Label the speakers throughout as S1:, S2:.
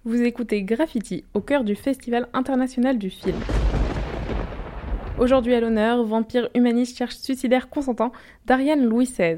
S1: Vous écoutez Graffiti, au cœur du Festival international du film. Aujourd'hui à l'honneur, Vampire humaniste cherche suicidaire consentant d'Ariane Louis XVI.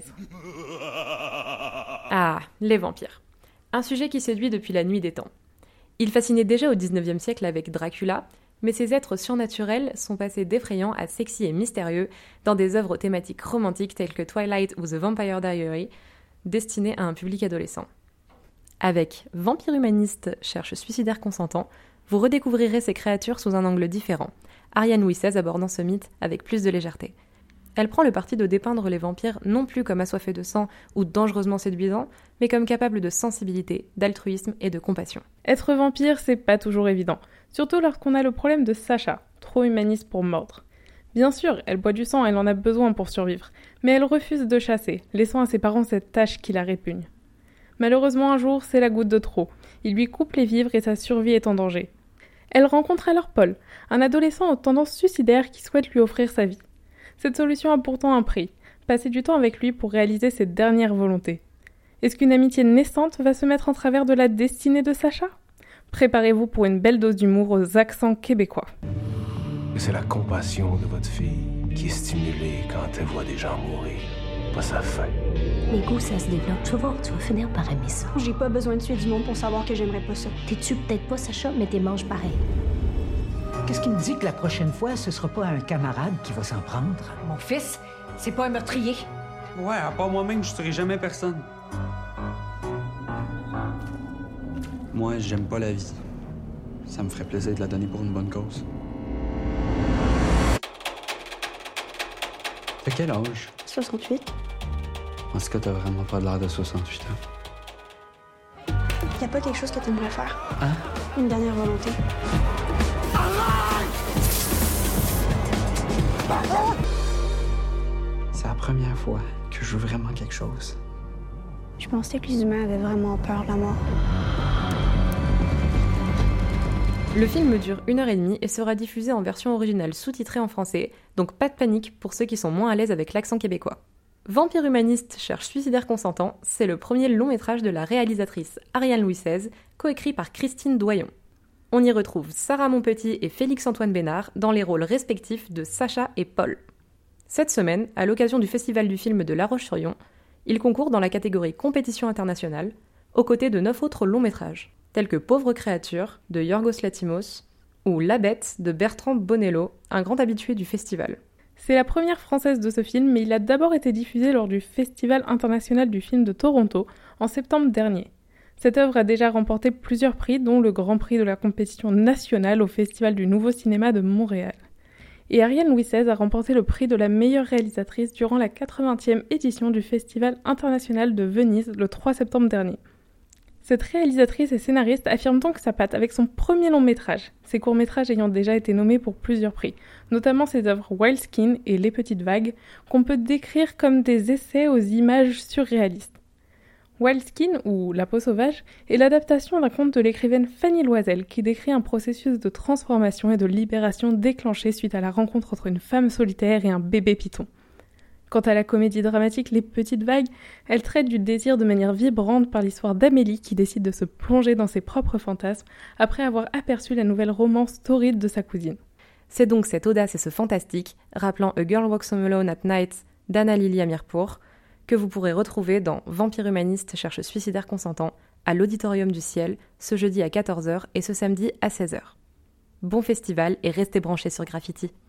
S2: Ah, les vampires. Un sujet qui séduit depuis la nuit des temps. Il fascinait déjà au XIXe siècle avec Dracula, mais ces êtres surnaturels sont passés d'effrayants à sexy et mystérieux dans des œuvres thématiques romantiques telles que Twilight ou The Vampire Diaries, destinées à un public adolescent. Avec Vampire humaniste cherche suicidaire consentant, vous redécouvrirez ces créatures sous un angle différent, Ariane Louis XVI abordant ce mythe avec plus de légèreté. Elle prend le parti de dépeindre les vampires non plus comme assoiffés de sang ou dangereusement séduisants, mais comme capables de sensibilité, d'altruisme et de compassion.
S1: Être vampire, c'est pas toujours évident, surtout lorsqu'on a le problème de Sacha, trop humaniste pour mordre. Bien sûr, elle boit du sang, elle en a besoin pour survivre, mais elle refuse de chasser, laissant à ses parents cette tâche qui la répugne. Malheureusement un jour, c'est la goutte de trop. Il lui coupe les vivres et sa survie est en danger. Elle rencontre alors Paul, un adolescent aux tendances suicidaires qui souhaite lui offrir sa vie. Cette solution a pourtant un prix, passer du temps avec lui pour réaliser ses dernières volontés. Est-ce qu'une amitié naissante va se mettre en travers de la destinée de Sacha ? Préparez-vous pour une belle dose d'humour aux accents québécois.
S3: C'est la compassion de votre fille qui est stimulée quand elle voit des gens mourir, pas sa faim.
S4: Les goûts, ça se développe. Tu vas voir, tu vas finir par aimer ça.
S5: J'ai pas besoin de tuer du monde pour savoir que j'aimerais pas ça.
S4: T'es-tu peut-être pas Sacha, mais t'es manges pareil.
S6: Qu'est-ce qui me dit que la prochaine fois, ce sera pas un camarade qui va s'en prendre?
S5: Mon fils, c'est pas un meurtrier.
S7: Ouais, à part moi-même, je tuerai jamais personne. Moi, j'aime pas la vie. Ça me ferait plaisir de la donner pour une bonne cause. T'as quel âge?
S5: 68.
S7: En ce cas, t'as vraiment pas l'air de 68 ans.
S5: Y a pas quelque chose que t'aimerais faire?
S7: Hein?
S5: Une dernière volonté.
S7: C'est la première fois que je veux vraiment quelque chose.
S5: Je pensais que les humains avaient vraiment peur de la mort.
S2: Le film dure 1h30 et sera diffusé en version originale sous-titrée en français, donc pas de panique pour ceux qui sont moins à l'aise avec l'accent québécois. Vampire humaniste cherche suicidaire consentant, c'est le premier long-métrage de la réalisatrice Ariane Louis XVI, coécrit par Christine Doyon. On y retrouve Sarah Monpetit et Félix-Antoine Bénard dans les rôles respectifs de Sacha et Paul. Cette semaine, à l'occasion du Festival du film de La Roche-sur-Yon, ils concourent dans la catégorie compétition internationale, aux côtés de 9 autres longs-métrages, tels que Pauvre créature de Yorgos Lanthimos ou La Bête de Bertrand Bonello, un grand habitué du festival.
S1: C'est la première française de ce film, mais il a d'abord été diffusé lors du Festival international du film de Toronto en septembre dernier. Cette œuvre a déjà remporté plusieurs prix, dont le Grand Prix de la compétition nationale au Festival du Nouveau Cinéma de Montréal. Et Ariane Louis XVI a remporté le prix de la meilleure réalisatrice durant la 80e édition du Festival international de Venise le 3 septembre dernier. Cette réalisatrice et scénariste affirme donc sa patte avec son premier long-métrage, ses courts-métrages ayant déjà été nommés pour plusieurs prix, notamment ses œuvres Wild Skin et Les Petites Vagues, qu'on peut décrire comme des essais aux images surréalistes. Wild Skin, ou La peau sauvage, est l'adaptation d'un conte de l'écrivaine Fanny Loisel qui décrit un processus de transformation et de libération déclenché suite à la rencontre entre une femme solitaire et un bébé python. Quant à la comédie dramatique Les Petites Vagues, elle traite du désir de manière vibrante par l'histoire d'Amélie qui décide de se plonger dans ses propres fantasmes après avoir aperçu la nouvelle romance torride de sa cousine.
S2: C'est donc cette audace et ce fantastique, rappelant A Girl Walks Home Alone at Night d'Anna Lily Amirpour, que vous pourrez retrouver dans Vampire humaniste cherche suicidaire consentant à l'Auditorium du Ciel ce jeudi à 14h et ce samedi à 16h. Bon festival et restez branchés sur Graffiti.